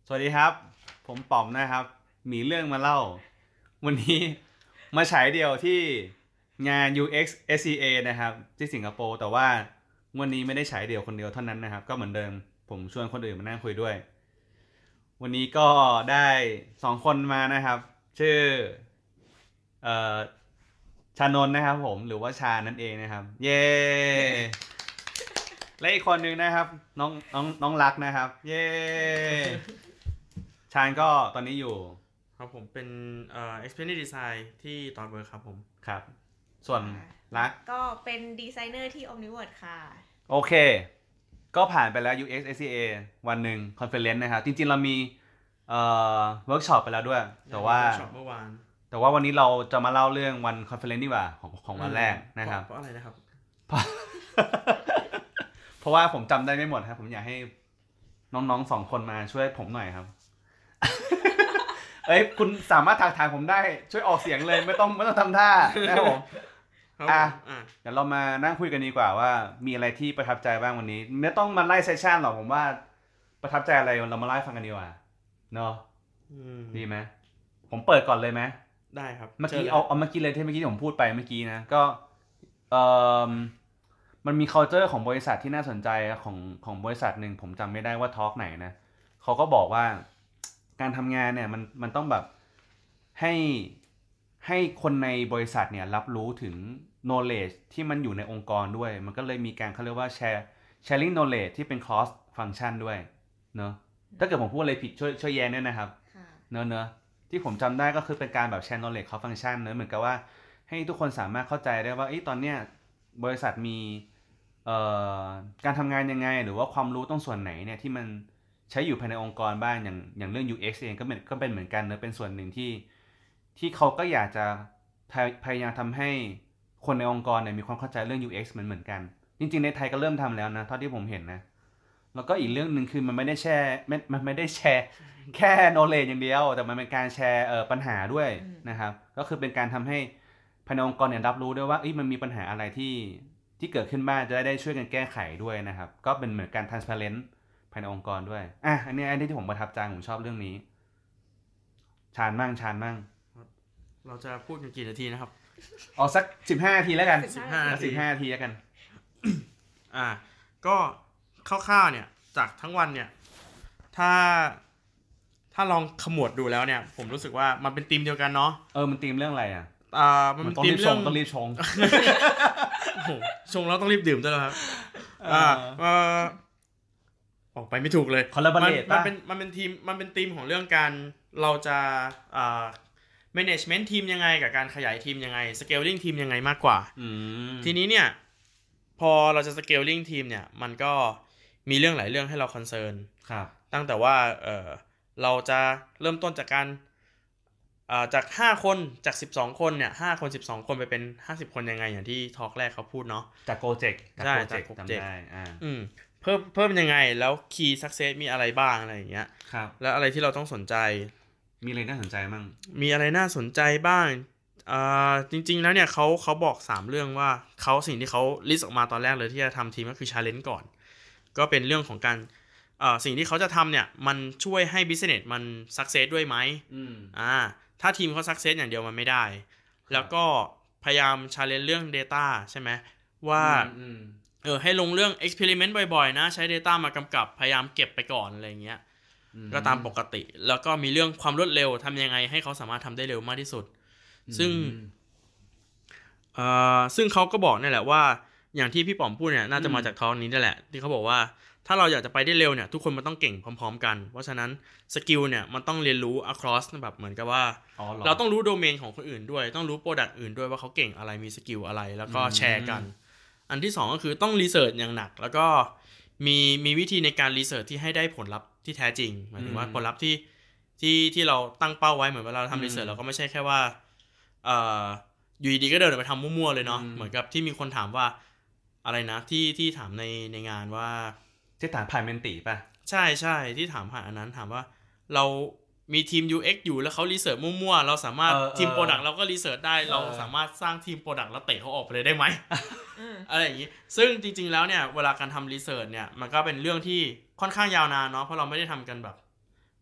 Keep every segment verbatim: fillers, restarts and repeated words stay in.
สวัสดีครับผมป๋อมนะครับมีเรื่องมาเล่าวันนี้มาฉายเดียวที่งาน ยู เอ็กซ์ เอส ซี เอ นะครับที่สิงคโปร์แต่ว่าวันนี้ไม่ได้ฉายเดียวคนเดียวเท่านั้นนะครับก็เหมือนเดิมผมชวนคนอื่นมานั่งคุยด้วยวันนี้ก็ได้สองคนมานะครับชื่อเอ่อชานนท์นะครับผมหรือว่าชานั่นเองนะครับเย้และอีกคนนึงนะครับน้องน้องน้องรักนะครับเย้ชานก็ตอนนี้อยู่ครับผมเป็นเอ่อ Experience Design ที่ตอนเวิร์คครับผมครับส่วนรักก็เป็นดีไซเนอร์ที่ Omniworld ค่ะโอเคก็ผ่านไปแล้ว ยู เอ็กซ์ เอส ซี เอ วันหนึ่งคอนเฟอเรนซ์นะครับจริงๆเรามีเอ่อเวิร์กช็อปไปแล้วด้วยแต่ว่าเมื่อวานแต่ว่าวันนี้เราจะมาเล่าเรื่องวันคอนเฟอเรนซ์ดีกว่าของของวันแรกนะครับเพราะอะไรนะครับเพราะว่าผมจำได้ไม่หมดครับผมอยากให้น้องๆสองคนมาช่วยผมหน่อยครับ เอ้ยคุณสามารถทักทายผมได้ช่วยออกเสียงเลยไม่ต้องไม่ต้องทำท่านะครับผมอ่ะเดี๋ยวเรามานั่งคุยกันดีกว่าว่ามีอะไรที่ประทับใจบ้างวันนี้ไม่ต้องมาไล่เซสชั่นหรอกผมว่าประทับใจอะไรเรามาไล่ฟังกันดีกว่าเนาะดีไหมผมเปิดก่อนเลยไหมได้ครับเมื่อกี้เอาเอาเมื่อกี้เลยที่เมื่อกี้ที่ผมพูดไปเมื่อกี้นะก็เอ่อมันมี culture ของบริษัทที่น่าสนใจของของบริษัทหนึ่งผมจำไม่ได้ว่าทอล์กไหนนะเขาก็บอกว่าการทำงานเนี่ยมันมันต้องแบบให้ให้คนในบริษัทเนี่ยรับรู้ถึง knowledge ที่มันอยู่ในองค์กรด้วยมันก็เลยมีการเขาเรียกว่า share sharing knowledge ที่เป็น cross function ด้วยเนอะถ้าเกิดผมพูดอะไรผิดช่วยช่วยแย้งด้วยนะครับเนอะเนอะที่ผมจำได้ก็คือเป็นการแบบ share knowledge cross function เนอะเหมือนกับว่าให้ทุกคนสามารถเข้าใจได้ว่าตอนเนี้ยบริษัทมีเอ่อการทำงานยังไงหรือว่าความรู้ตรงส่วนไหนเนี่ยที่มันใช้อยู่ภายในองค์กรบ้างอย่างอย่างเรื่อง ยู เอ็กซ์ เองก็เป็นก็เป็นเหมือนกันเนอะเป็นส่วนหนึ่งที่ที่เขาก็อยากจะพยายามทำให้คนในองค์กรเนี่ยมีความเข้าใจเรื่อง ยู เอ็กซ์ เหมือนเหมือนกันจริงๆในไทยก็เริ่มทำแล้วนะเท่าที่ผมเห็นนะแล้วก็อีกเรื่องนึงคือมันไม่ได้แชร์มันไม่ได้แชร์แค่ knowledge อย่างเดียวแต่มันเป็นการแชร์เอ่อปัญหาด้วยนะครับก็คือเป็นการทำให้ภายในองค์กรเนี่ยรับรู้ด้วยว่ามันมีปัญหาอะไรที่ที่เกิดขึ้นบ้างจะได้ช่วยกันแก้ไขด้วยนะครับก็เป็นเหมือนการ transparent ภายในองค์กรด้วยอ่ะอันนี้อันนี้ที่ผมประทับใจผมชอบเรื่องนี้ชาญมั่งชาญมั่งเราจะพูดกันกี่นาทีนะครับเอาสักสิบห้านาทีแล้วกันสิบห้าสิบห้านาทีแล้วกันอ่าก็คร่าวๆเนี่ยจากทั้งวันเนี่ยถ้าถ้าลองขมวดดูแล้วเนี่ยผมรู้สึกว่ามันเป็นธีมเดียวกันเนาะเออมันธีมเรื่องอะไรอ่ะอ่ามันธีมเรื่องต้องรีบชงโอ้โหชงแล้วต้องรีบดื่มด้วยครับอ่าเอ่อออกไปไม่ถูกเลยมันมันเป็นมันเป็นทีมมันเป็นธีมของเรื่องการเราจะอ่าmanagement ทีมยังไงกับการขยายทีมยังไง scaling ทีมยังไงมากกว่าทีนี้เนี่ยพอเราจะ scaling ทีมเนี่ยมันก็มีเรื่องหลายเรื่องให้เรา concern ครับตั้งแต่ว่าเออเราจะเริ่มต้นจากการอ่าจากห้าคนจากสิบสองคนเนี่ยห้าคนสิบสองคนไปเป็นห้าสิบคนยังไงอย่างที่ทอล์กแรกเขาพูดเนาะจากโปรเจกต์จากโปรเจกต์จำได้อ่าอืมเพิ่มเพิ่มยังไงแล้ว key success มีอะไรบ้างอะไรอย่างเงี้ยครับแล้วอะไรที่เราต้องสนใจมีอะไรน่าสนใจบ้างมีอะไรน่าสนใจบ้างอ่าจริงๆแล้วเนี่ยเขาเขาบอกสามเรื่องว่าเขาสิ่งที่เขาลิสต์ออกมาตอนแรกเลยที่จะทำทีมก็คือ challenge ก่อนก็เป็นเรื่องของการอ่าสิ่งที่เขาจะทำเนี่ยมันช่วยให้ business มัน success ด้วยไหมอืมอ่าถ้าทีมเขา success อย่างเดียวมันไม่ได้แล้วก็พยายาม challenge เรื่อง data ใช่ไหมว่าเออให้ลงเรื่อง experiment บ่อยๆนะใช้ data มากำกับพยายามเก็บไปก่อนอะไรเงี้ยก็ตามปกติแล้วก็มีเรื่องความรวดเร็วทำยังไงให้เขาสามารถทำได้เร็วมากที่สุดซึ่งเอ่อซึ่งเขาก็บอกนี่แหละว่าอย่างที่พี่ป๋อมพูดเนี่ยน่าจะมาจากท้องนี้นั่นแหละที่เขาบอกว่าถ้าเราอยากจะไปได้เร็วเนี่ยทุกคนมันต้องเก่งพร้อมๆกันเพราะฉะนั้นสกิลเนี่ยมันต้องเรียนรู้ across แบบเหมือนกับว่าเราต้องรู้โดเมนของคนอื่นด้วยต้องรู้โปรดักต์อื่นด้วยว่าเขาเก่งอะไรมีสกิลอะไรแล้วก็แชร์กันอันที่สองก็คือต้องรีเสิร์ชอย่างหนักแล้วก็มีมีวิธีในการรีเสิร์ชที่ให้ได้ผลลัพธ์ที่แท้จริงหมายถึงว่าผลลัพธ์ที่ที่ที่เราตั้งเป้าไว้เหมือนเวลาเราทำรีเสิร์ชเราก็ไม่ใช่แค่ว่าเอ่ออยู่ดีๆก็เดินไปทำมั่วๆเลยเนาะเหมือนกับที่มีคนถามว่าอะไรนะที่ที่ถามในในงานว่าที่ถามผ่านเมนติป่ะใช่ใช่ที่ถามผ่านอันนั้นถามว่าเรามีทีม ยู เอ็กซ์ อยู่แล้วเขารีเสิร์ชมั่วๆเราสามารถทีมโปรดักต์เราก็รีเสิร์ชได้เราสามารถสร้างทีมโปรดักต์แล้วเตะเขาออกไปเลยได้ไหม อะไรอย่างนี้ซึ่งจริงๆแล้วเนี่ยเวลาการทำรีเสิร์ชเนี่ยมันก็เป็นเรื่องที่ค่อนข้างยาวนานเนาะเพราะเราไม่ได้ทำกันแบบ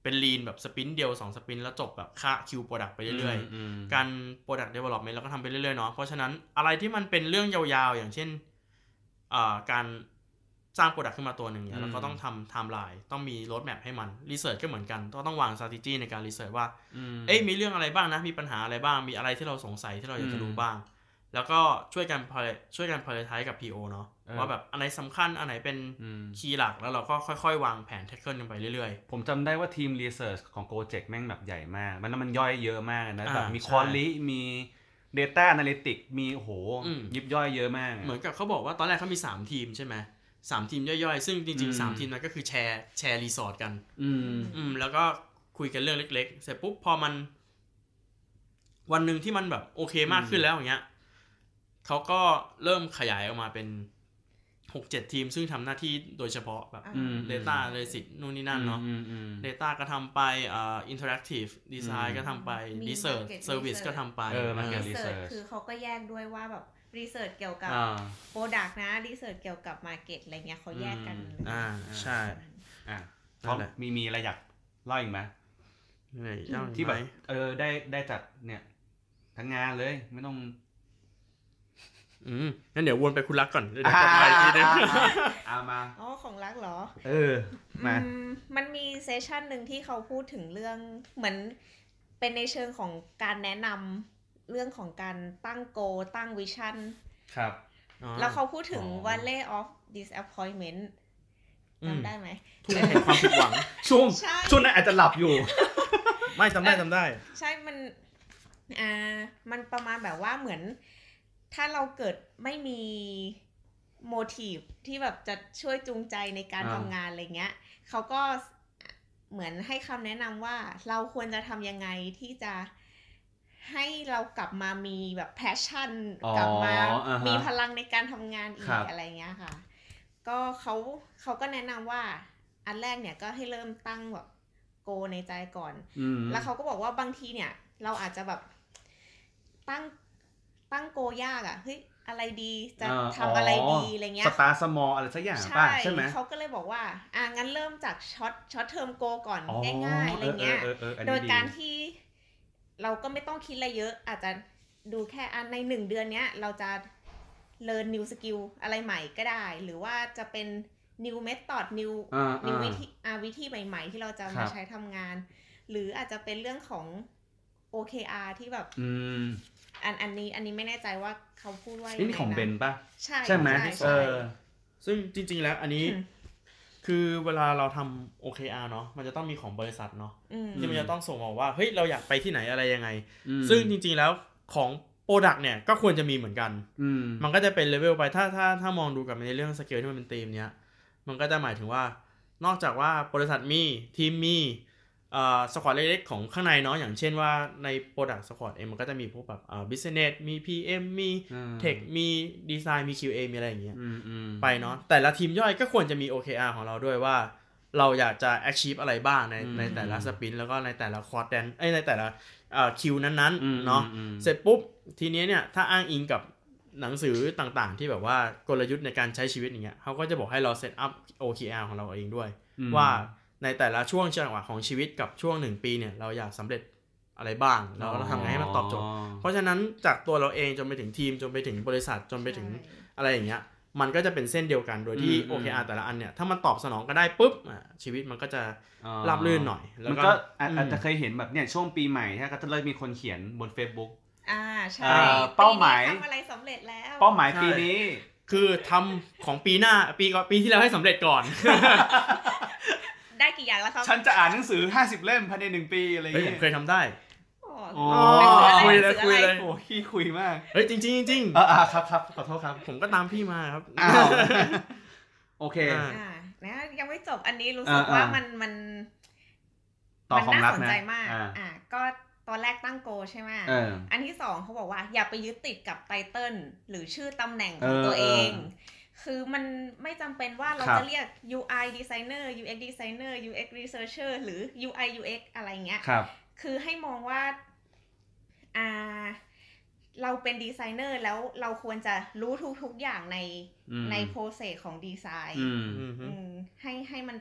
เป็นลีนแบบสปรินต์เดียวสองสปรินต์แล้วจบแบบค่าคิวโปรดักต์ไปเรื่อยๆการโปรดักต์เดเวลลอปเมนต์เราก็ทำไปเรื่อยๆเนาะเพราะฉะนั้นอะไรที่มันเป็นเรื่องยาวๆอย่างเช่นอ่าการสร้างโปรดักต์ขึ้นมาตัวหนึ่งเนี่ยเราก็ต้องทำไทม์ไลน์ต้องมีโรดแมปให้มันรีเสิร์ชก็เหมือนกันก็ต้องวาง strategy ในการรีเสิร์ชว่าเอ๊ะมีเรื่องอะไรบ้างนะมีปัญหาอะไรบ้างมีอะไรที่เราสงสัยที่เราอยากจะรู้บ้างแล้วก็ช่วยกันช่วยกัน prioritize กับ พี โอ เนาะว่าแบบอันไหนสำคัญอันไหนเป็นคีย์หลักแล้วเราก็ค่อยๆวางแผน tackle กันไปเรื่อยๆผมจำได้ว่าทีม research ของโปรเจกต์แม่งแบบใหญ่มากมันแล้วมันย่อยเยอะมากนะแบบมี quality มี data analytics มีโหยิบย่อยเยอะมากเหมือนกับเขาบอกว่าตอนแรกเขามีสามทีมใช่ไหมสามทีมย่อยๆซึ่งจริงๆสามทีมนั้นก็คือแชร์แชร์รีสอร์ทกันอืมอืมแล้วก็คุยกันเรื่องเล็กๆเสร็จปุ๊บพอมันวันนึงที่มันแบบโอเคมากขึ้นแล้วอย่างเงี้ยเขาก็เริ่มขยายออกมาเป็น หกเจ็ด ทีมซึ่งทำหน้าที่โดยเฉพาะแบบ data analysis นู่นนี่นั่นเนาะ data ก็ทำไปอ่า interactive design ก็ทำไป research service ก็ทำไปเออ market research คือเขาก็แยกด้วยว่าแบบรีเสิร์ชเกี่ยวกับโปรดักต์นะรีเสิร์ชเกี่ยวกับมาร์เก็ตอะไรเงี้ยเขาแยกกันอ่าใช่อ่าเพราะมีมีอะไรอยากเล่าอีกไหมที่แบบเออได้ได้จัดเนี่ยทั้งงานเลยไม่ต้องอืมงั้นเดี๋ยววนไปคุณรักก่อนเดี๋ยวกลับมาอีกทีนึงเอามาอ๋อของรักเหรอเออมามันมีเซสชั่นนึงที่เขาพูดถึงเรื่องเหมือนเป็นในเชิงของการแนะนำเรื่องของการตั้งโกตั้งวิชั่นครับแล้วเขาพูดถึง Valley of Disappointment จำได้ไหมทุ่งแห่งความผิดหวังช่วงช่วงนั้นอาจจะหลับอยู่ไม่จำได้จำได้ใช่มันอ่ามันประมาณแบบว่าเหมือนถ้าเราเกิดไม่มีโมทีฟที่แบบจะช่วยจูงใจในการทำงานอะไรเงี้ยเขาก็เหมือนให้คำแนะนำว่าเราควรจะทำยังไงที่จะให้เรากลับมามีแบบแพชชั่นกลับมามีพลังในการทำงานอีกอะไรเงี้ยค่ะก็เขาเขาก็แนะนำว่าอันแรกเนี่ยก็ให้เริ่มตั้งแบบโกในใจก่อนแล้วเขาก็บอกว่าบางทีเนี่ยเราอาจจะแบบตั้งตั้งโกยากอ่ะเฮ้ยอะไรดีจะทำอะไรดีอะไรเงี้ยสตาร์สมอลอะไรสักอย่างป่ะใช่ไหมเขาก็เลยบอกว่าอ่ะงั้นเริ่มจากช็อตช็อตเทอมโกก่อนง่ายๆอะไรเงี้ยโดยการที่เราก็ไม่ต้องคิดอะไรเยอะอาจจะดูแค่อันในหนึ่งเดือนเนี้ยเราจะเรียน new skill อะไรใหม่ก็ได้หรือว่าจะเป็น new method new new วิธีอ่าวิธีใหม่ๆที่เราจะมาใช้ทำงานหรืออาจจะเป็นเรื่องของ โอ เค อาร์ ที่แบบอันอันนี้อันนี้ไม่แน่ใจว่าเขาพูดว่ายังไงนะนี่ของเบนป่ะใช่ใช่ไหมเออซึ่งจริงๆแล้วอันนี้คือเวลาเราทำ โอ เค อาร์ เนาะมันจะต้องมีของบริษัทเนาะที่มันจะต้องส่งออกว่าเฮ้ยเราอยากไปที่ไหนอะไรยังไงซึ่งจริงๆแล้วของโปรดักต์เนี่ยก็ควรจะมีเหมือนกันมันก็จะเป็นเลเวลไปถ้าถ้าถ้ามองดูกับในเรื่องสเกลที่มันเป็นธีมเนี้ยมันก็จะหมายถึงว่านอกจากว่าบริษัทมีทีมมีเอ่อสควอตเล็กๆของข้างในเนาะอย่างเช่นว่าใน Product Squad เองมันก็จะมีพวกแบบเอ่อ Business มี พี เอ็ม มี Tech มี Design มี คิว เอ มีอะไรอย่างเงี้ยไปเนาะแต่ละทีมย่อยก็ควรจะมี โอ เค อาร์ ของเราด้วยว่าเราอยากจะ achieve อะไรบ้างในในแต่ละสปรินต์แล้วก็ในแต่ละควอเดนเอ้ยในแต่ละเอ่อคิวนั้นๆเนาะเสร็จปุ๊บทีนี้เนี่ยถ้าอ้างอิงกับหนังสือต่างๆที่แบบว่ากลยุทธ์ในการใช้ชีวิตอย่างเงี้ยเขาก็จะบอกให้เราเซตอัพ โอ เค อาร์ ของเราเองด้วยว่าในแต่ละช่วงจังหวะของชีวิตกับช่วงหนึ่งปีเนี่ยเราอยากสำเร็จอะไรบ้างเราเราทำไงให้มันตอบโจทย์เพราะฉะนั้นจากตัวเราเองจนไปถึงทีมจนไปถึงบริษัทจนไปถึงอะไรอย่างเงี้ยมันก็จะเป็นเส้นเดียวกันโดยที่ โอ เค อาร์ แต่ละอันเนี่ยถ้ามันตอบสนองกันได้ปุ๊บชีวิตมันก็จะราบรื่นหน่อยแล้วก็อาจจะเคยเห็นแบบเนี่ยช่วงปีใหม่ก็จะเริ่มมีคนเขียนบน Facebook อ่าใช่เป้าหมายทำอะไรสำเร็จแล้วเป้าหมายปีนี้คือทำของปีหน้าปีก่อนปีที่แล้วให้สำเร็จก่อนได้กี่อย่างแล้วครับฉันจะอ่านหนังสือห้าสิบเล่มภายในหนึ่งปีอะไรอย่างเงี้ยผมเคยทำได้อ๋อคุยเลยคุยเลยโอ้ขี้คุยมากเฮ้ยจริงจริงจริงอ่าครับครับขอโทษครับผมก็ตามพี่มาครับอ้าวโอเคอ่านะยังไม่จบอันนี้รู้สึกว่ามันมันมันน่าสนใจมากอ่าก็ตอนแรกตั้งโกใช่ไหมอันที่สองเขาบอกว่าอย่าไปยึดติดกับไตเติ้ลหรือชื่อตำแหน่งของตัวเองคือมันไม่จำเป็นว่าเราจะเรียก ยู ไอ designer ยู เอ็กซ์ designer ยู เอ็กซ์ researcher หรือ ยู ไอ ยู เอ็กซ์ อะไรเงี้ยคือให้มองว่าอ่าเราเป็นดีไซเนอร์แล้วเราควรจะรู้ทุกๆอย่างในในโปรเซสของดีไซน์ให้ให้มัน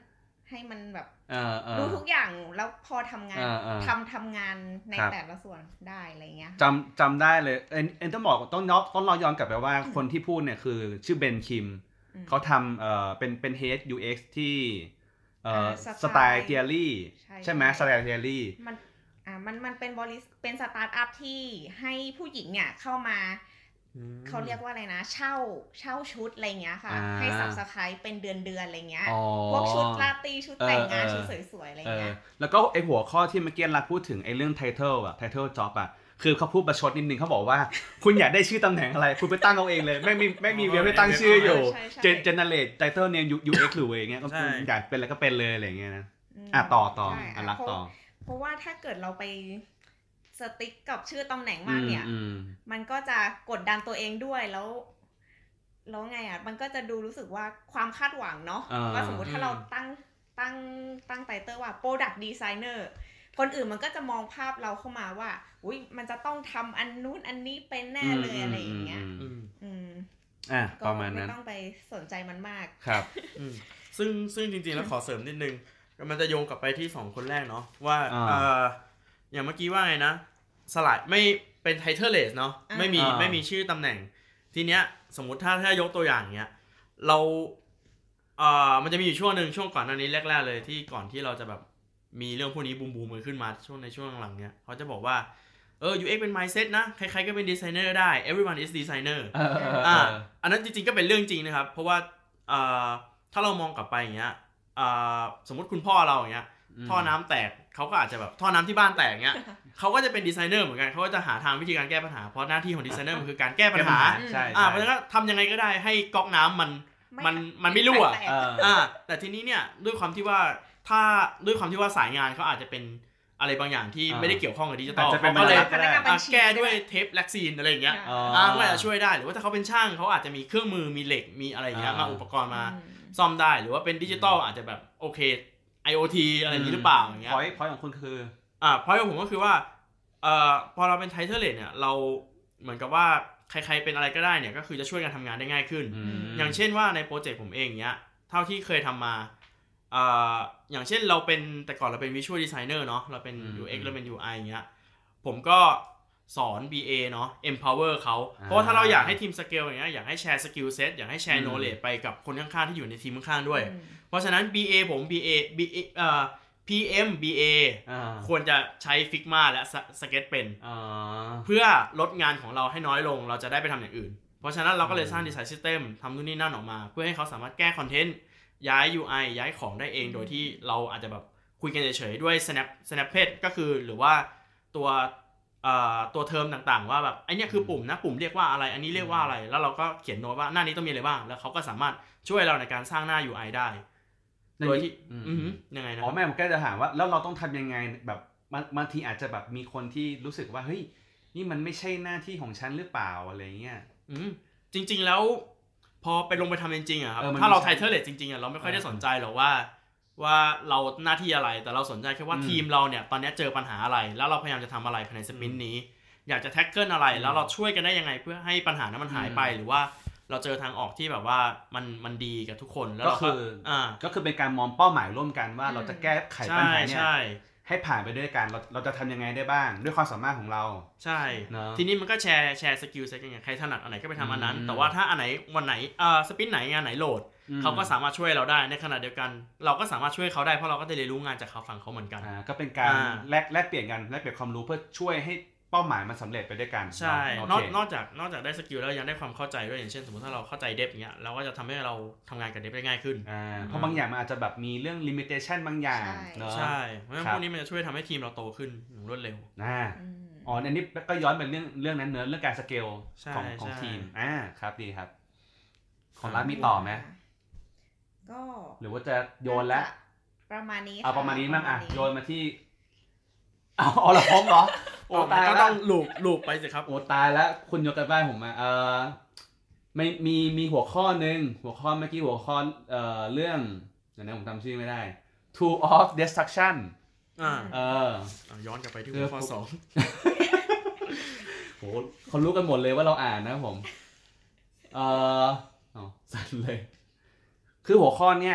ให้มันแบบเออเออรู้ทุกอย่างแล้วพอทำงานเออเออทำทำงานในครับแต่ละส่วนได้อะไรเงี้ยจำจำได้เลยเอ็นเอ็นต้องบอกต้องย้อนต้องเราย้อนกลับไปว่าคนที่พูดเนี่ยคือชื่อเบนคิมอืมเขาทำเอ่อเป็นเป็น Head ยู เอ็กซ์ ที่เอ่ออ่าสไตล์ Theory ใช่ใช่ไหมใช่สไตล์ Theory มันอ่ามันมันเป็นบริษัทเป็นสตาร์ทอัพที่ให้ผู้หญิงเนี่ยเข้ามาเขาเรียกว่าอะไรนะเช่าเช่าชุดอะไรเงี้ยค่ะอ่าให้ Subscribe เป็นเดือนเดือนอะไรเงี้ยอ๋อพวกชุดราตรีชุดแต่งงานเออเออชุดสวยๆอะไรเออเงี้ยแล้วก็ไอหัวข้อที่เมื่อกี้รักพูดถึงไอเรื่อง Title อะ Title Job อะคือเขาพูดประชดนิดนึงเขาบอกว่า คุณอยากได้ชื่อตำแหน่งอะไร คุณไปตั้งเอาเองเลย ไม่มีไม่มีเว็บให้ตั้งชื่ออยู่ใช่ใช่ Gen- Generate Title Name ยู เอ็กซ์ หรืออะไรอย่างเงี้ยก็ใช่อยากเป็นอะไรก็เป็นเลยอะไรอย่างเงี้ยนะมอ่ะต่อต่อใช่อ่ะรักเพราะต่อเพราะว่าถ้าเกิดเราไปสติ๊กกับชื่อตำแหน่งมากเนี่ยอืมมันก็จะกดดันตัวเองด้วยแล้วแล้วไงอ่ะมันก็จะดูรู้สึกว่าความคาดหวังเนาะอ่าว่าสมมุติถ้าเราตั้งตั้งตั้งไตเติ้ลว่า Product Designer คนอื่นมันก็จะมองภาพเราเข้ามาว่าอุ้ยมันจะต้องทำอันนู้นอันนี้เป็นแน่เลยอะไรอย่างเงี้ยอืมอืมอ่ะก็ประมาณไม่นั้นต้องไปสนใจมันมากครับอืมซึ่งซึ่งจริงๆแล้วขอเสริมนิดนึงมันจะโยงกลับไปที่สองคนแรกเนาะว่าอ่าเอ่ออย่างเมื่อกี้ว่าไงนะสลายไม่เป็น titleless เนาะอ่าไม่มีอ่าไม่มีชื่อตำแหน่งทีเนี้ยสมมุติถ้าถ้ายกตัวอย่างเนี้ยเราเอ่อมันจะมีอยู่ช่วงหนึ่งช่วงก่อนหน้านี้แรกๆเลยที่ก่อนที่เราจะแบบมีเรื่องพวกนี้บูมบูมมันขึ้นมาช่วงในช่วงหลังๆเนี้ยเขาจะบอกว่าเออ ยู เอ็กซ์ เป็น mindset นะใครๆก็เป็น designer ได้ everyone is designer เออเออเออ่าออันนั้นจริงๆก็เป็นเรื่องจริงนะครับ เพราะว่าเอ่อถ้าเรามองกลับไปอย่างเงี้ยอ่าสมมติคุณพ่อเราอย่างเงี้ยมท่อน้ำแตกเขาก็อาจจะแบบท่อน้ำที่บ้านแตกเงี้ยเขาก็จะเป็นดีไซเนอร์เหมือนกันเขาก็จะหาทางวิธีการแก้ปัญหาเพราะหน้าที่ของดีไซเนอร์มันคือการแก้ปัญหาใช่อ่าใช่เพราะฉะนั้นทำยังไงก็ได้ให้ก๊อกน้ำมันไม่มันมันไม่รั่วแตกเอออ่าแต่ทีนี้เนี่ยด้วยความที่ว่าถ้าด้วยความที่ว่าสายงานเขาอาจจะเป็นอะไรบางอย่างที่อ่าไม่ได้เกี่ยวข้องกับดิจิตอลอาจจะเป็นเขาก็เลยพนักงานบัอ่ะญชีแก้ด้วยเทปแล็กซีนอะไรอย่างเงี้ยอ๋ออ่าก็อาจจะช่วยได้หรือว่าถ้าเขาเป็นช่างเขาอาจจะมีเครื่องมือมีเหล็กมีอะไรอย่างเงี้ยอ่ามมาอุปกรณ์มาอืมซ่อมได้หรือว่าเป็นดิจิตอลอาจจะแบบโอเค ไอ โอ ที อะไรอย่างนี้หรือเปล่าอย่างเงี้ยพอยต์พอยต์ของคุณคืออ่าเพราะผมก็คือว่าเอ่อพอเราเป็นไทเทอร์เลดเนี่ยเราเหมือนกับว่าใครๆเป็นอะไรก็ได้เนี่ยก็คือจะช่วยกันทำงานได้ง่ายขึ้นอืมอย่างเช่นว่าในโปรเจกต์ผมเองเนี้ยเท่าที่เคยทำมาเอ่ออย่างเช่นเราเป็นแต่ก่อนเราเป็น Visual Designer เนาะเราเป็นอืมยู เอ็กซ์ เราเป็น ยู ไอ อย่างเงี้ยผมก็สอน บี เอ เนาะ empower เขาเพราะว่าถ้าเราอยากให้ทีมสเกลอย่างเงี้ยอยากให้แชร์สกิลเซ็ตอยากให้แชร์ knowledge ไปกับคนข้างๆที่อยู่ในทีมข้างๆด้วยอืมเพราะฉะนั้น บี เอ ผม บี เอ บี เอ เอ่อ พี เอ็ม บี เออ่าควรจะใช้ Figma และสเก็ตเป็นอ่าเพื่อลดงานของเราให้น้อยลงเราจะได้ไปทำอย่างอื่น เพราะฉะนั้นเราก็เลยสร้าง Design System ทำนู่นนี่นั่นออกมา เพื่อให้เขาสามารถแก้คอนเทนต์ย้าย ยู ไอ ย้ายของได้เองโดยที่เราอาจจะแบบคุยกันเฉยๆด้วย snap snippet ก็คือหรือว่าตัวเอ่อตัวเทอมต่างๆว่าแบบไอเนี้ยคือปุ่มนะปุ่มเรียกว่าอะไรอันนี้เรียกว่าอะไรแล้วเราก็เขียนโน้ตว่าหน้านี้ต้องมีอะไรบ้างแล้วเขาก็สามารถช่วยเราในการสร้างหน้า ยู ไอ ได้โดยที่อืมอือหือยังไงนะอ๋อแม่ผมก็จะถามว่าแล้วเราต้องทำยังไงแบบบางบางทีอาจจะแบบมีคนที่รู้สึกว่าเฮ้ยนี่มันไม่ใช่หน้าที่ของฉันหรือเปล่าอะไรเงี้ยอืมจริงๆแล้วพอไปลงไปทำจริงๆอะครับเออมันถ้าเรามีไทเทอร์เลจริงๆอะเราไม่ค่อยได้เออสนใจหรอกว่าว่าเราหน้าที่อะไรแต่เราสนใจแค่ว่าอืมทีมเราเนี่ยตอนนี้เจอปัญหาอะไร แล้วเราพยายามจะทำอะไรภายในสปรินต์นี้ อยากจะแท็กเกิลอะไรอืมแล้วเราช่วยกันได้ยังไงเพื่อให้ปัญหานั้นมันหายไปอืมหรือว่าเราเจอทางออกที่แบบว่ามันมันดีกับทุกคนแล้วก็เราคืออ่าก็คือเป็นการมองเป้าหมายร่วมกันว่าอืมเราจะแก้ไขปัญใช่หาเนี่ยใช่ให้ผ่านไปด้วยกันเราเราจะทำยังไงได้บ้าง ด้วยความสามารถของเราใช่เนอะทีนี้มันก็แชร์แชร์สกิลเซ็ตกันอย่างใครถนัดอันไหนก็ไปทำอันนั้นอืมแต่ว่าถ้าอันไหนวันไหนอ่าสปรินต์ไหนงานไหนโหลดอืมเขาก็สามารถช่วยเราได้ในขณะเดียวกัน เราก็สามารถช่วยเขาได้เพราะเราก็จะเรียนรู้งานจากเขาฝั่งเขาเหมือนกันอ่าก็เป็นการอ่าแลกแลกเปลี่ยนกันแลกเปลี่ยนความรู้เพื่อช่วยให้เป้าหมายมันสำเร็จไปด้วยกันใช่เนาะนอกโอเคนอกจากนอกจากได้สกิลแล้วยังได้ความเข้าใจด้วยอย่างเช่นสมมติถ้าเราเข้าใจเดฟอย่างเงี้ยเราก็จะทำให้เราทำงานกับเดฟได้ง่ายขึ้นอ่าเพราะบางอย่างมันอาจจะแบบมีเรื่อง limitation บางอย่างใช่เนอะใช่เพราะฉะนั้นครับพวกนี้มันจะช่วยทำให้ทีมเราโตขึ้นอย่างรวดเร็วอ่าอืมอ๋ออันนี้ก็ย้อนเป็นเรื่องเรื่องนั้นเนอะเรื่องการสเกลใช่ของของใช่ทีมอ่าครับดีครับ ของรัฐมีต่อไหมก็หรือว่าจะโยนแล้วประมาณนี้เอาค่ประมาณนี้มั้งอ่ะประณโยนมาที่เอาเอาละพร้อมเหรอโอ้โอ้ตายก็แล้ต้วองลูปลูปไปสิครับโอ้ตายแล้วคุณยกกันบ้านผมมาเออไม่มีมีหัวข้อหนึ่งหัวข้อเมื่อกี้หัวข้อเอ่อเรื่องเดี๋ยวนะผมจำชื่อไม่ได้ Tool of Destruction อ่าเอออ่ะย้อนกลับไปที่หัวข้อสองโหเขารู้กันหมดเลยว่าเราอ่านนะผมเอออ๋อสั่นเลย คือหัวข้อเนี้ย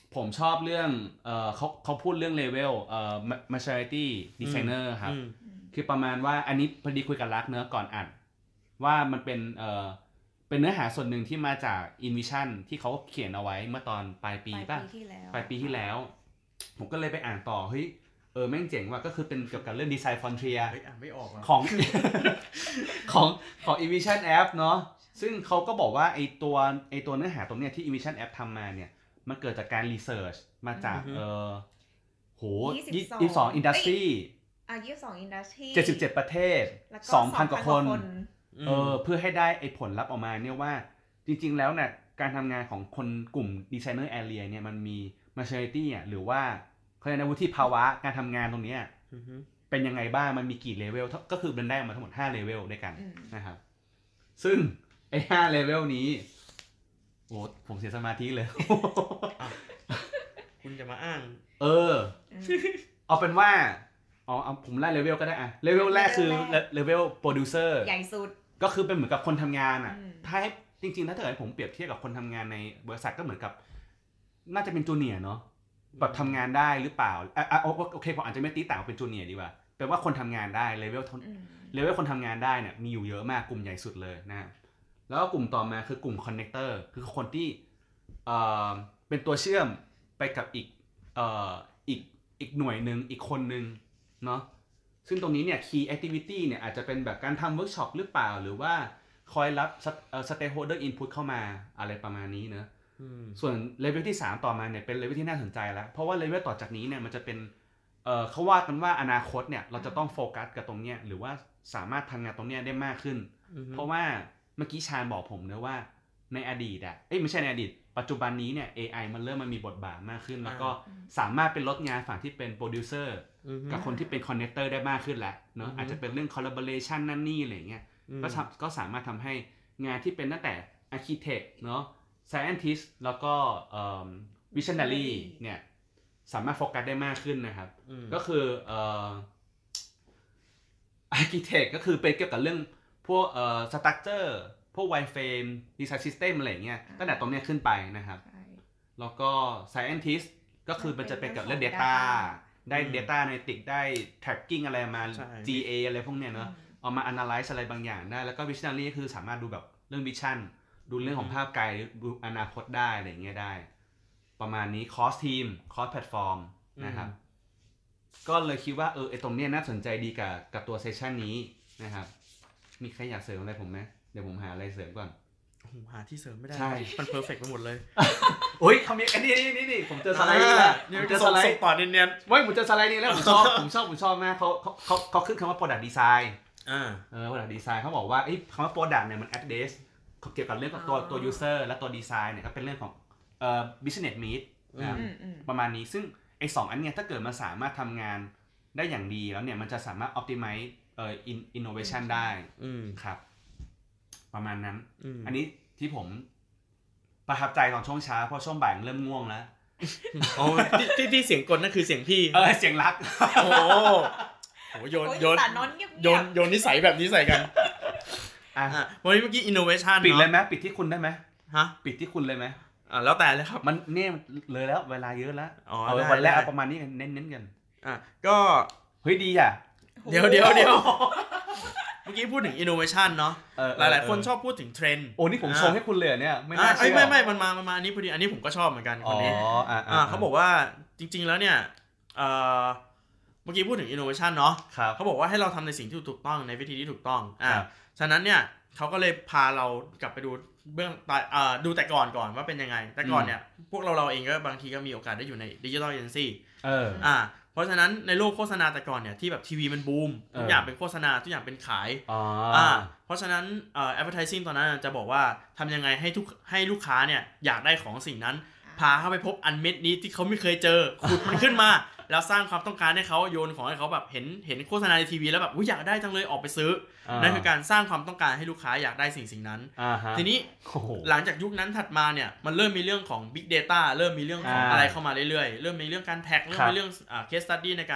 ผมชอบเรื่องเออเขาเขาพูดเรื่องเลเวลเอ่อ maturity designer ครับคือประมาณว่าอันนี้พอดีคุยกับรักเนื้อก่อนอัดว่ามันเป็นเออเป็นเนื้อหาส่วนหนึ่งที่มาจาก InVision ที่เขาเขียนเอาไว้เมื่อตอนปลายปีป่ะปลายปีที่แล้วผมก็เลยไปอ่านต่อเฮ้ยเออแม่งเจ๋งว่ะก็คือเป็นเกี่ยวกับเรื่อง Design Frontier เฮ้ยอ่านไม่ออกของ ของของ InVision App เนาะซึ่งเขาก็บอกว่าไอตัวไอตัวเนื้อหาตรงเนี้ยที่ InVision App ทำมาเนี่ยมันเกิดจากการรีเสิร์ชมาจากเออโหยี่สิบสองอินดัสทรีอ่ะยี่สิบสองอินดัสทรีเจ็ดสิบเจ็ดประเทศ สองพัน กว่าคนเออเพื่อให้ได้ไอ้ผลลัพธ์ออกมาเนี่ยว่าจริงๆแล้วเนี่ยการทำงานของคนกลุ่ม Designer Area เนี่ยมันมี maturity อ่ะหรือว่าเขาเรียกนะวุฒิภาวะการทำงานตรงเนี้ยเป็นยังไงบ้างมันมีกี่เลเวลก็คือมันได้มาทั้งหมดห้าเลเวลด้วยกันนะครับซึ่งไอ้ห้าเลเวลนี้โอ้ผมเสียสมาธิเลยคุณจะมาอ้างเออเอาเป็นว่าอ๋อเอาผมไล่เลเวลก็ได้อะเลเวลแรกคือเลเวลโปรดิวเซอร์ใหญ่สุดก็คือเป็นเหมือนกับคนทำงานอ่ะถ้าให้จริงๆถ้าเกิดผมเปรียบเทียบกับคนทำงานในบริษัทก็เหมือนกับน่าจะเป็นจูเนียร์เนาะแบบทำงานได้หรือเปล่าอ่ะโอเคผมอาจจะไม่ตีต่างเป็นจูเนียร์ดีกว่าแปลว่าคนทำงานได้เลเวลเลเวลคนทำงานได้เนี่ยมีอยู่เยอะมากกลุ่มใหญ่สุดเลยนะแล้วก็กลุ่มต่อมาคือกลุ่มคอนเนคเตอร์คือคนที่เอ่อเป็นตัวเชื่อมไปกับอีกเอ่ออีกอีกหน่วยนึงอีกคนนึงเนาะซึ่งตรงนี้เนี่ย key activity เนี่ยอาจจะเป็นแบบการทำเวิร์กช็อปหรือเปล่าหรือว่าคอยรับ stakeholder input เข้ามาอะไรประมาณนี้เนอะส่วนเลเวลที่สามต่อมาเนี่ยเป็นเลเวลที่น่าสนใจแล้วเพราะว่าเลเวลต่อจากนี้เนี่ยมันจะเป็นเอ่อเขาว่ากันว่าอนาคตเนี่ยเราจะต้องโฟกัสกับตรงเนี้ยหรือว่าสามารถทำงานตรงเนี้ยได้มากขึ้นเพราะว่าเมื่อกี้ชาญบอกผมนะว่าในอดีตอ่ะเอ้ยไม่ใช่ในอดีตปัจจุบันนี้เนี่ย เอ ไอ มันเริ่มมันมีบทบาทมากขึ้นแล้วก็สามารถเป็นลดงานฝั่งที่เป็นโปรดิวเซอร์กับคนที่เป็นคอนเนคเตอร์ได้มากขึ้นแล้วเนาะอาจจะเป็นเรื่อง collaboration นั่นนี่อะไรเงี้ยก็ก็สามารถทำให้งานที่เป็นตั้งแต่ architect เนาะ scientist แล้วก็เอ่อ visionary เนี่ยสามารถโฟกัสได้มากขึ้นนะครับก็คือเอ่อ architect ก็คือเป็นเกี่ยวกับเรื่องพวกเอ่อ structure พวก wireframe design system อะไรเงี้ยตั้งแต่ตรงเนี้ยขึ้นไปนะครับแล้วก็ scientist ก็คือมันจะเป็นกับเรื่อง data ได้ data analytics ได้ tracking อะไรมา จี เอ อะไรพวกเนี้ยเนาะเอามา analyze อะไรบางอย่างได้แล้วก็ visionary คือสามารถดูแบบเรื่อง vision ดูเรื่องของภาพไกลดูอนาคตได้อะไรเงี้ยได้ประมาณนี้ cross team cross platform นะครับก็เลยคิดว่าเออไอตรงเนี้ยน่าสนใจดีกับกับตัวเซสชันนี้นะครับมีใครอยากเสริมอะไรผมไหมเดี๋ยวผมหาอะไรเสริมก่อนผมหาที่เสริมไม่ได้มันเพอร์เฟกต์ไปหมดเลยโอ้ยคำนี้อันนี้นี่นี่ผมเจอสไลด์นี่แหละผมเจอสไลด์ต่อเนียนๆเว้ยผมเจอสไลด์นี้แล้วผมชอบผมชอบผมชอบมากเขาเขาเขาขึ้นคำว่า product design อ่าเออ product design เขาบอกว่าไอ้คำว่า product เนี่ยมัน address เกี่ยวกับเรื่องของตัวตัว user และตัว design เนี่ยก็เป็นเรื่องของเอ่อ business need ประมาณนี้ซึ่งไอ้สองอันเนี่ยถ้าเกิดมันสามารถทำงานได้อย่างดีแล้วเนี่ยมันจะสามารถ optimize เอ่อ innovation ได้ครับประมาณนั้นอันนี้ที่ผมประทับใจตอนช่วงเช้าเพราะช่วงบ่ายเริ่มง่วงแล้วโอ้ที่ที่เสียงกดนั่นคือเสียงพี่เออเสียงรักโอ้โหโยนโยนโยนโยนนิสัยแบบนี้ใส่กันอ่ะวันนี้เมื่อกี้ innovation ปิดเลยไหมปิดที่คุณได้ไหมฮะปิดที่คุณเลยไหมอ่าแล้วแต่เลยครับมันเนี่ยเลยแล้วเวลาเยอะแล้วเอาวันแรกประมาณนี้เน้นๆกันอ่ะก็เฮ้ยดีอ่ะเดี๋ยวเดี๋ยวเดี๋ยวเมื่อกี้พูดถึง innovation เนาะหลายๆคนชอบพูดถึงเทรนด์โอ้นี่ผมชงให้คุณเลยเนี่ยไม่น่าเชื่อไม่ไม่มันมามันมาอันนี้พอดีอันนี้ผมก็ชอบเหมือนกันคนนี้อ่าเขาบอกว่าจริงๆแล้วเนี่ยเอ่อเมื่อกี้พูดถึง innovation เนาะเขาบอกว่าให้เราทำในสิ่งที่ถูกต้องในวิธีที่ถูกต้องอ่าฉะนั้นเนี่ยเขาก็เลยพาเรากลับไปดูเบื้องอ่าดูแต่ก่อนก่อนว่าเป็นยังไงแต่ก่อนเนี่ยพวกเราเราเองก็บางทีก็มีโอกาสได้อยู่ใน digital agency เอออ่าเพราะฉะนั้นในโลกโฆษณาแต่ก่อนเนี่ยที่แบบทีวีมันบูมทุกอย่างเป็นโฆษณาทุกอย่างเป็นขายอ่าเพราะฉะนั้นเอ่อ advertising ตอนนั้นจะบอกว่าทำยังไงให้ทุกให้ลูกค้าเนี่ยอยากได้ของสิ่งนั้นพาเข้าไปพบอันเม็ดนี้ที่เขาไม่เคยเจอขุดมันขึ้นมาแล้วสร้างความต้องการให้เขาโยนของให้เขาแบบเห็นเห็นโฆษณาในทีวีแล้วแบบอุ๊ยอยากได้จังเลยออกไปซื้อนั่นคือการสร้างความต้องการให้ลูกค้าอยากได้สิ่งสิ่งนั้นทีนี้หลังจากยุคนั้นถัดมาเนี่ยมันเริ่มมีเรื่องของ big data เริ่มมีเรื่องของอะไรเข้ามาเรื่อยๆเริ่มมีเรื่องการแท็กเริ่มมีเรื่องอ่า case study ในการ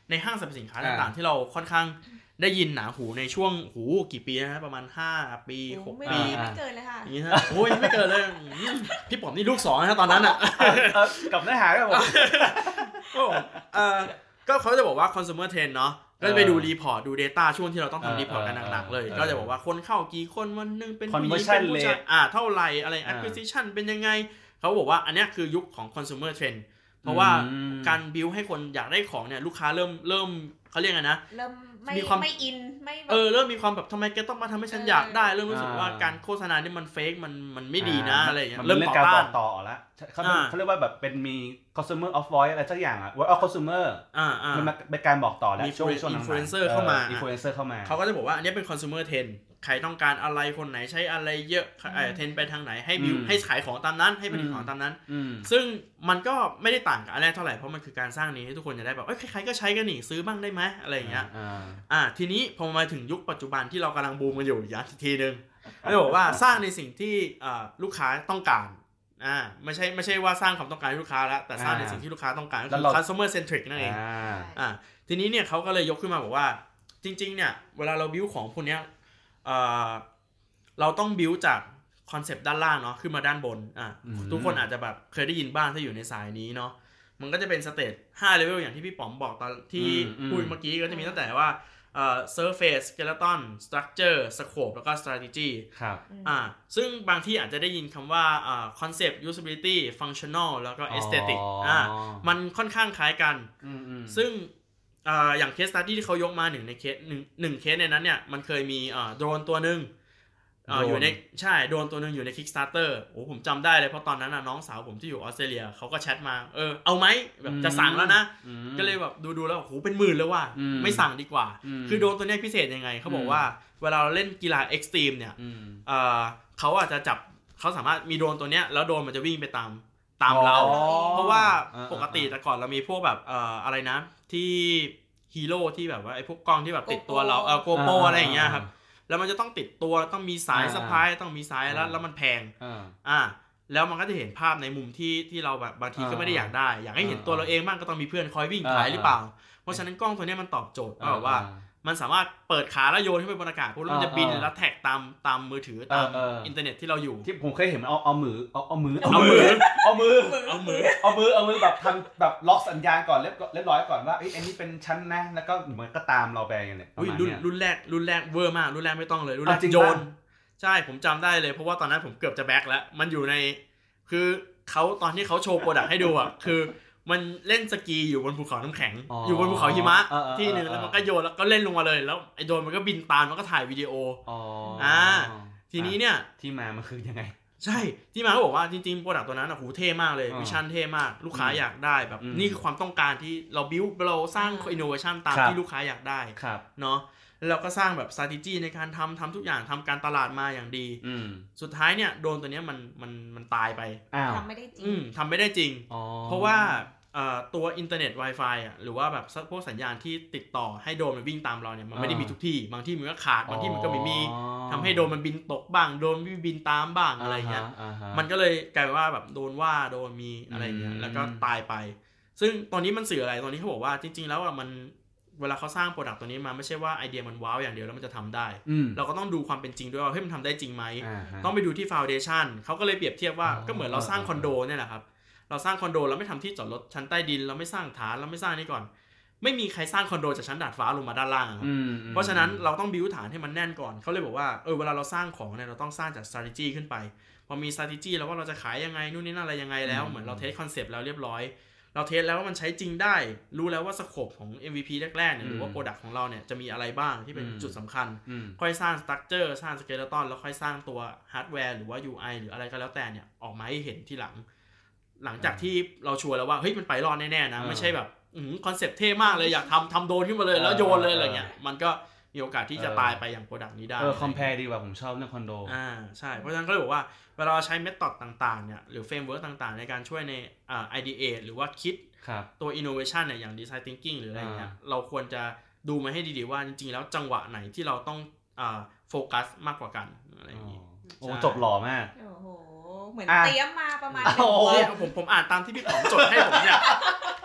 ในห้างสรรพสินค้าต่างๆที่เราค่อนข้างได้ยินหนาหูในช่วงหูกี่ปีนะประมาณห้าปีหกปีไม่เกินเลยค่ะอย่างงี้ฮะโอ้ยไม่เกินเลยพี่ป๋อมนี่ลูกสองนะตอนนั้นอ่ะกับเนื้อหาครับผมเออก็เขาจะบอกว่า consumer trend เนาะก็ไปดูรีพอร์ตดู data ช่วงที่เราต้องทำรีพอร์ตกันหนักๆเลยก็จะบอกว่าคนเข้ากี่คนวันนึงเป็นผู้หญิงเป็นผู้ชายอ่าเท่าไหร่อะไร acquisition เป็นยังไงเขาบอกว่าอันนี้คือยุคของ consumer trend เพราะว่าการบิวให้คนอยากได้ของเนี่ยลูกค้าเริ่มเริ่มเขาเรียกไงนะเริ่มไม่ไม่อินไม่เออเริ่มมีความแบบทำไมแกต้องมาทำให้ฉันอยากได้เริ่มรู้สึกว่าการโฆษณานี่มันเฟกมันมันไม่ดีนะอะไรอย่างเงี้ยเริ่มต่อต้านต่อแล้วเขาเขาเรียกว่าแบบเป็นมี consumer of voice อะไรสักอย่างอะ voice of consumer อ่ามันเป็นการบอกต่อแล้วช่วงช่วง influencer เข้ามา influencer เข้ามาเขาก็จะบอกว่าอันนี้เป็น consumer trend ใครต้องการอะไรคนไหนใช้อะไรเยอะเอ่อเทรนไปทางไหนให้บิวให้ขายของตามนั้นให้ผลิตของตามนั้นซึ่งมันก็ไม่ได้ต่างกับอันแรกเท่าไหร่เพราะมันคือการสร้างนี้ให้ทุกคนจะได้แบบเอ้ยใครๆก็ใช้กันนี่ซื้อบ้างได้ไหมอะไรอย่างเงี้ยอ่าทีนี้พอมาถึงยุคปัจจุบันที่เรากำลังบูมกันอยู่อีกทีนึงเขาบอกว่าสร้างในสิ่งที่ลูกค้าต้องการอ่าไม่ใช่ไม่ใช่ว่าสร้างความต้องการให้ลูกค้าแล้วแต่สร้างในสิ่งที่ลูกค้าต้องการก็คือ customer centric นั่นเองอ่าทีนี้เนี่ยเขาก็เลยยกขึ้นมาบอกว่าจริงๆเนี่ยเวลาเราบิวของพวกเนี้ยเอ่อเราต้องบิวจากคอนเซปต์ด้านล่างเนาะขึ้นมาด้านบนอ่ะทุกคนอาจจะแบบเคยได้ยินบ้างถ้าอยู่ในสายนี้เนาะมันก็จะเป็นสเตจห้าเลเวลอย่างที่พี่ป๋อมบอกตอนที่พูดเมื่อกี้ก็จะมีตั้งแต่ว่าเอ่อ surface skeleton structure scope แล้วก็ strategy ครับอ่าซึ่งบางที่อาจจะได้ยินคำว่าอ่า concept usability functional แล้วก็ aesthetic อ่ามันค่อนข้างคล้ายกันซึ่งอ่าอย่าง case study ที่เขายกมาหนึ่งในเคสหนึ่งหนึ่งเคสในนั้นเนี่ยมันเคยมีอ่าโดรนตัวนึงอ่าอยู่ในใช่โดรนตัวนึงอยู่ใน Kickstarter โอ้ผมจำได้เลยเพราะตอนนั้นน่ะน้องสาวผมที่อยู่ออสเตรเลียเขาก็แชทมาเออเอาไหมแบบจะสั่งแล้วนะก็เลยแบบดูๆแล้วโอ้โหเป็นหมื่นเลยว่ะไม่สั่งดีกว่าคือโดรนตัวนี้พิเศษยังไงเขาบอกว่าเวลาเราเล่นกีฬาเอ็กซ์ตรีมเนี่ยเออเขาอาจจะจับเขาสามารถมีโดรนตัวเนี้ยแล้วโดรนมันจะวิ่งไปตามตามเราเพราะว่าปกติแต่ก่อนเรามีพวกแบบเอ่ออะไรนะที่ฮีโร่ที่แบบว่าไอ้พวกกล้องที่แบบติดตัวเราเออโกโปรอะไรอย่างเงี้ยครับแล้วมันจะต้องติดตัวต้องมีสายสะพายต้องมีสายแล้วแล้วมันแพงอ่าแล้วมันก็จะเห็นภาพในมุมที่ที่เราแบบบางทีก็ไม่ได้อยากได้อยากให้เห็นตัวเราเองบ้างก็ต้องมีเพื่อนคอยวิ่งถ่ายหรือเปล่าเพราะฉะนั้นกล้องตัวนี้มันตอบโจทย์แบบว่ามันสามารถเปิดขาแล้วโยนขึ้นไปบนอากาศปุ๊บแล้วมันจะบินแล้วแท็กตามตามมือถือตามอินเทอร์เน็ตที่เราอยู่ที่ผมเคยเห็นมันเอาเอามือเอาเอามือเอามือเอามือเอามือเอามือเอามือแบบทำแบบล็อกสัญญาณก่อนเรียบเรียบร้อยก่อนว่าไอ้อันนี้เป็นชั้นนะแล้วก็เหมือนก็ตามเราไปอย่างเงี้ยประมาณนี้รุ่นแรกรุ่นแรกเวอร์มากรุ่นแรกไม่ต้องเลยรุ่นแรกโยนใช่ผมจำได้เลยเพราะว่าตอนนั้นผมเกือบจะแบ็คแล้วมันอยู่ในคือเขาตอนที่เขาโชว์โปรดักต์ให้ดูอ่ะคือมันเล่นสกีอยู่บนภูเขาน้ำแข็ง อ, อยู่บนภูเขาหิมะที่หนึ่งแล้วมันก็โยนแล้วก็เล่นลงมาเลยแล้วไอ้โดรนมันก็บินตามมันก็ถ่ายวิดีโออ่าทีนี้เนี่ยที่มามันคือยังไงใช่ที่มาเขาบอกว่าจริงๆโปรดักต์ตัวนั้นอ่ะโหเท่มากเลยวิชั่นเท่มากลูกค้าอยากได้แบบนี่คือความต้องการที่เราบิวเราสร้างอินโนเวชันตามที่ลูกค้าอยากได้เนาะแล้วเราก็สร้างแบบ strategy ในการทำทำทุกอย่างทำการตลาดมาอย่างดีสุดท้ายเนี่ยโดรนตัวนี้มันมันมันตายไปทำไม่ได้จริงทำไม่ได้จริงเพราะว่าตัวอินเทอร์เน็ต Wi-Fi อ่ะหรือว่าแบบพวกสัญญาณที่ติดต่อให้โดรนมันวิ่งตามเราเนี่ยมันไม่ได้มีทุกที่บางที่มันก็ขาดบางที่มันก็ไม่มีทำให้โดรนมันบินตกบ้างโดรนบินตามบ้างอะไรเงี้ยมันก็เลยกลายเป็นว่าแบบโดนว่าโดนมีอะไรเงี้ยแล้วก็ตายไปซึ่งตอนนี้มันสื่ออะไรตอนนี้เขาบอกว่าจริงๆแล้วอ่ะมันเวลาเขาสร้างโปรดักต์ตัวนี้มาไม่ใช่ว่าไอเดียมันว้าวอย่างเดียวแล้วมันจะทำได้เราก็ต้องดูความเป็นจริงด้วยว่าเฮ้ยมันทำได้จริงไหมต้องไปดูที่ฟาวเดชั่นเขาก็เลยเปรียบเทียบว่าก็เหมือนเราสร้างคอนโดเนี่ยแหละครับเราสร้างคอนโดเราไม่ทำที่จอดรถชั้นใต้ดินเราไม่สร้างฐานเราไม่สร้างนี่ก่อนไม่มีใครสร้างคอนโดจากชั้นดาดฟ้าลงมาด้านล่างครับเพราะฉะนั้นเราต้องบิวฐานให้มันแน่นก่อนเขาเลยบอกว่าเออเวลาเราสร้างของเนี่ยเราต้องสร้างจาก strategy ขึ้นไปพอมี strategy แล้วว่าเราจะขายยังไงนู่นนี่นั่นอะไรยังไงแล้วเหมือนเราเทสคอนเซปต์แล้วเรียบร้อยเราเทสแล้วว่ามันใช้จริงได้รู้แล้วว่าสโคปของ เอ็ม วี พี แรกๆเนี่ยหรือว่าโปรดักต์ของเราเนี่ยจะมีอะไรบ้างที่เป็นจุดสำคัญค่อยสร้างสตรัคเจอร์สร้างสเกเลตันแล้วค่อยสร้างตัวฮาร์ดแวร์หรือว่า ยู ไอ หรืออะไรก็แล้วแต่เนี่ยออกมาให้เห็นทีหลังหลังจากที่เราชัวร์แล้วว่าเฮ้ยมันไปรอดแน่ๆนะไม่ใช่แบบคอนเซ็ปต์เท่มากเลยอยากทำทำโดนขึ้นมาเลยแล้วโยนเลยอะไรเงี้ยมันก็มีโอกาสที่จะตายไปอย่างโปรดักต์นี้ได้เออคอมแพร์ดีกว่าผมชอบเรื่องคอนโดอ่าใช่เพราะฉะนั้นก็เลยบอกว่าเวลาเราใช้เมธอดต่างๆเนี่ยหรือเฟรมเวิร์คต่างๆในการช่วยในอ่า ไอ ดี เอ หรือว่าคิดตัว innovation เนี่ยอย่าง design thinking หรืออะไรเงี้ยเราควรจะดูมาให้ดีๆว่าจริงๆแล้วจังหวะไหนที่เราต้องอ่าโฟกัสมากกว่ากันอะไรอย่างงี้โอ้จบหล่อมากโอ้โหเหมือนเตรียมมาประมาณนึงผมผมอ่านตามที่พี่ป๋อมจดให้ผมเนี่ย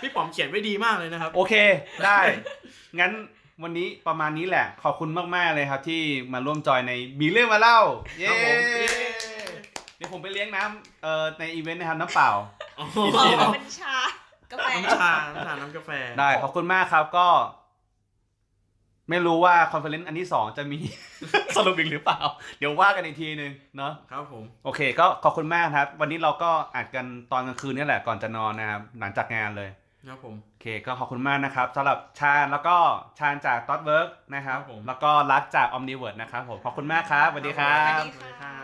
พี่ป๋อมเขียนไว้ดีมากเลยนะครับโอเคได้งั้นวันนี้ประมาณนี้แหละขอบคุณมากๆเลยครับที่มาร่วมจอยในมีเรื่องมาเล่าเย้เดี๋ยวผมไปเลี้ยงน้ำเอ่อในอีเวนต์นะครับน้ำเปล่าอ๋อเป็นชากาแฟน้ำชาน้ำชาน้ำกาแฟได้ขอบคุณมากครับก็ไม่รู้ว่าคอนเฟอเรนซ์อันที่สองจะมี สรุปอีกหรือเปล่าเดี๋ยวว่ากันอีกทีนึงเนาะครับผมโอเคก็ขอบคุณมากครับวันนี้เราก็อัดกันตอนกลางคืนนี่แหละก่อนจะนอนนะครับหลังจากงานเลยครับผมโอเคก็ขอบคุณมากนะครับสำหรับชาญแล้วก็ชาญจาก Thoughtworks นะครับแล้วก็รักจาก Omniverse นะครับผมขอบคุณมากครับสวัสดีครับสวัสดีค่ะ